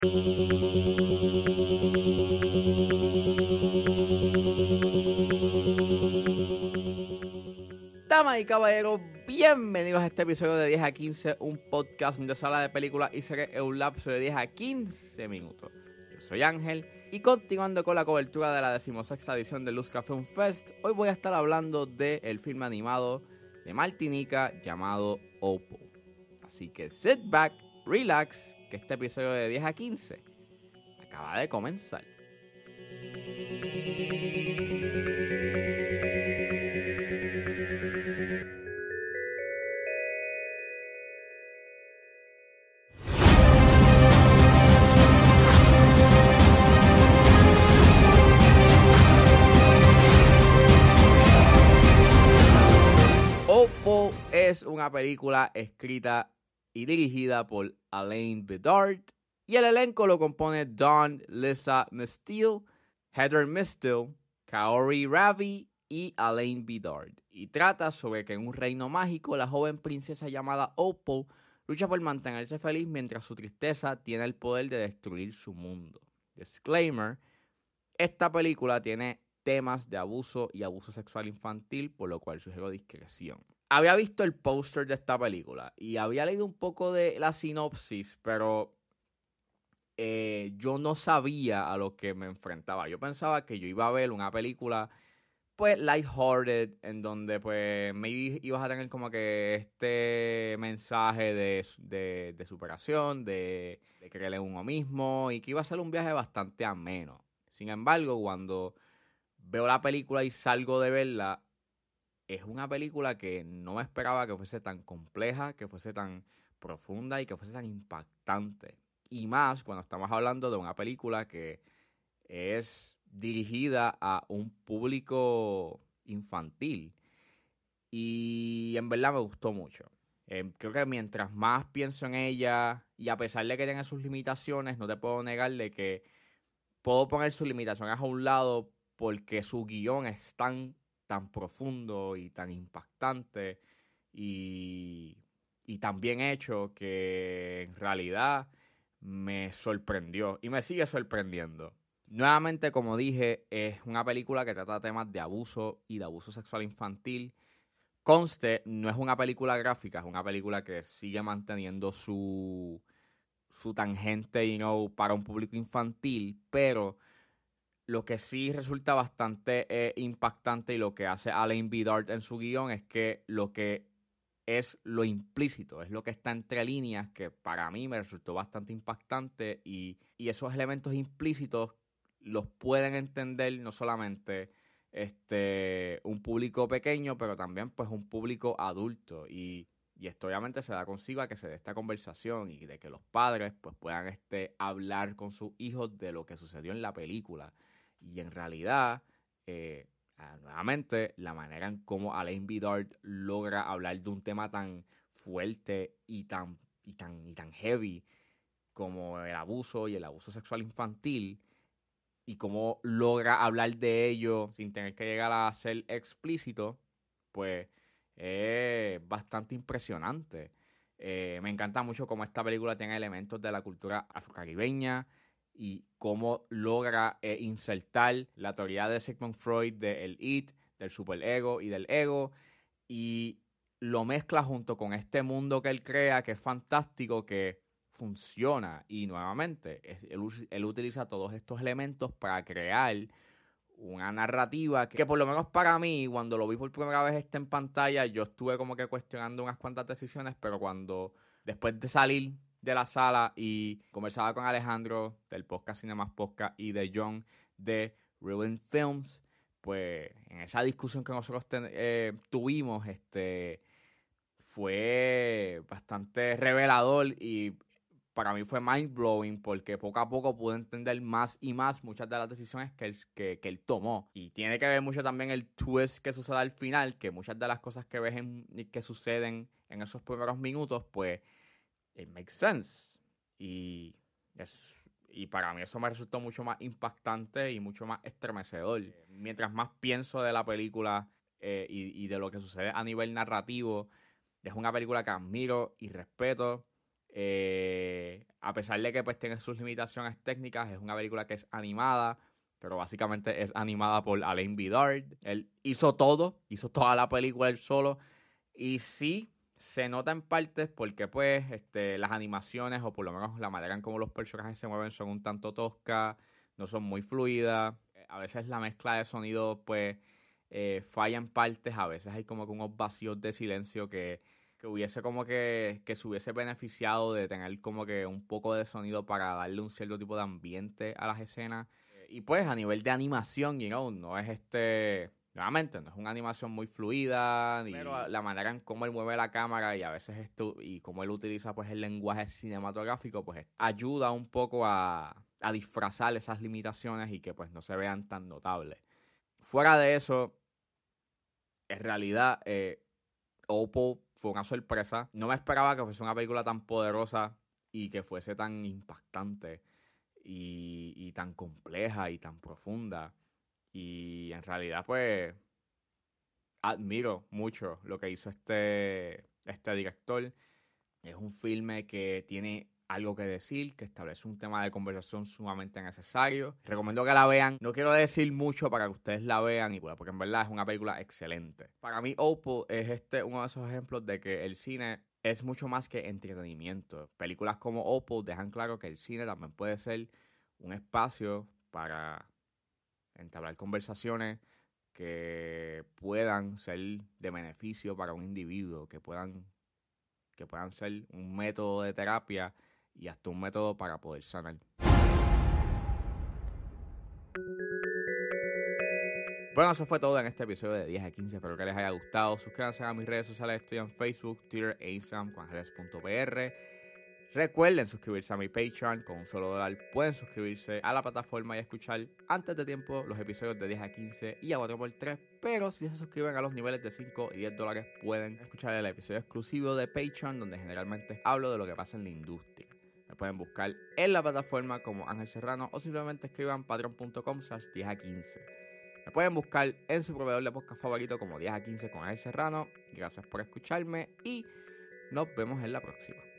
Damas y caballeros, bienvenidos a este episodio de 10 a 15, un podcast de sala de películas y series en un lapso de 10 a 15 minutos. Yo soy Ángel y continuando con la cobertura de la 16ª edición del Luzca Film Fest, hoy voy a estar hablando del filme animado de Martinica llamado Oppo. Así que sit back, relax, que este episodio de 10 a 15 acaba de comenzar. Oppo es una película escrita y dirigida por Alain Bedard y el elenco lo compone Don Lisa Mestil, Heather Mestil, Kaori Ravi y Alain Bedard, y trata sobre que en un reino mágico la joven princesa llamada Oppo lucha por mantenerse feliz mientras su tristeza tiene el poder de destruir su mundo. Disclaimer: esta película tiene temas de abuso y abuso sexual infantil, por lo cual sugiero discreción. Había visto el póster de esta película y había leído un poco de la sinopsis, pero yo no sabía a lo que me enfrentaba. Yo pensaba que yo iba a ver una película pues lighthearted, en donde pues maybe ibas a tener como que este mensaje de superación, de creer en uno mismo, y que iba a ser un viaje bastante ameno. Sin embargo, cuando veo la película y salgo de verla, es una película que no me esperaba que fuese tan compleja, que fuese tan profunda y que fuese tan impactante. Y más cuando estamos hablando de una película que es dirigida a un público infantil. Y en verdad me gustó mucho. Creo que mientras más pienso en ella, y a pesar de que tiene sus limitaciones, no te puedo negar de que puedo poner sus limitaciones a un lado porque su guión es tan profundo y tan impactante y tan bien hecho que en realidad me sorprendió y me sigue sorprendiendo. Nuevamente, como dije, es una película que trata temas de abuso y de abuso sexual infantil. Conste, no es una película gráfica, es una película que sigue manteniendo su tangente, para un público infantil, pero lo que sí resulta bastante impactante y lo que hace Alain Bedard en su guión es que lo que es lo implícito, es lo que está entre líneas, que para mí me resultó bastante impactante, y esos elementos implícitos los pueden entender no solamente un público pequeño, pero también pues un público adulto, y esto obviamente se da consigo a que se dé esta conversación y de que los padres pues puedan hablar con sus hijos de lo que sucedió en la película. Y en realidad, nuevamente, la manera en cómo Alain Bedard logra hablar de un tema tan fuerte y tan heavy como el abuso y el abuso sexual infantil, y cómo logra hablar de ello sin tener que llegar a ser explícito, pues es bastante impresionante. Me encanta mucho cómo esta película tiene elementos de la cultura afrocaribeña y cómo logra insertar la teoría de Sigmund Freud del id, del superego y del ego, y lo mezcla junto con este mundo que él crea, que es fantástico, que funciona. Y nuevamente, él utiliza todos estos elementos para crear una narrativa que por lo menos para mí, cuando lo vi por primera vez en pantalla, yo estuve como que cuestionando unas cuantas decisiones, pero cuando después de salir de la sala y conversaba con Alejandro del podcast Cinemas Podcast y de John de Ruin Films, pues en esa discusión que nosotros tuvimos, fue bastante revelador, y para mí fue mind blowing porque poco a poco pude entender más y más muchas de las decisiones que él tomó. Y tiene que ver mucho también el twist que sucede al final, que muchas de las cosas que ves que suceden en esos primeros minutos, pues it makes sense. Y para mí eso me resultó mucho más impactante y mucho más estremecedor. Mientras más pienso de la película y de lo que sucede a nivel narrativo, es una película que admiro y respeto. A pesar de que pues tiene sus limitaciones técnicas, es una película que es animada, pero básicamente es animada por Alain Vidard. Él hizo toda la película él solo. Y sí, se nota en partes porque pues las animaciones o por lo menos la manera en cómo los personajes se mueven son un tanto toscas, no son muy fluidas. A veces la mezcla de sonidos pues falla en partes, a veces hay como que unos vacíos de silencio que hubiese como que se hubiese beneficiado de tener como que un poco de sonido para darle un cierto tipo de ambiente a las escenas. Y pues a nivel de animación, no es nuevamente, no es una animación muy fluida, pero la manera en cómo él mueve la cámara y a veces y cómo él utiliza pues el lenguaje cinematográfico, pues ayuda un poco a disfrazar esas limitaciones y que pues no se vean tan notables. Fuera de eso, en realidad, Opal fue una sorpresa. No me esperaba que fuese una película tan poderosa y que fuese tan impactante y tan compleja y tan profunda. Y en realidad, pues, admiro mucho lo que hizo este director. Es un filme que tiene algo que decir, que establece un tema de conversación sumamente necesario. Recomiendo que la vean. No quiero decir mucho para que ustedes la vean, porque en verdad es una película excelente. Para mí, Opal es uno de esos ejemplos de que el cine es mucho más que entretenimiento. Películas como Opal dejan claro que el cine también puede ser un espacio para entablar conversaciones que puedan ser de beneficio para un individuo, que puedan ser un método de terapia y hasta un método para poder sanar. Bueno, eso fue todo en este episodio de 10 a 15. Espero que les haya gustado. Suscríbanse a mis redes sociales. Estoy en Facebook, Twitter e Instagram con Ángeles.pr. Recuerden suscribirse a mi Patreon con $1. Pueden suscribirse a la plataforma y escuchar antes de tiempo los episodios de 10 a 15 y a 4x3. Pero si se suscriben a los niveles de 5 y $10, pueden escuchar el episodio exclusivo de Patreon, donde generalmente hablo de lo que pasa en la industria. Me pueden buscar en la plataforma como Ángel Serrano o simplemente escriban patreon.com/10 a 15. Me pueden buscar en su proveedor de podcast favorito como 10 a 15 con Ángel Serrano. Gracias por escucharme y nos vemos en la próxima.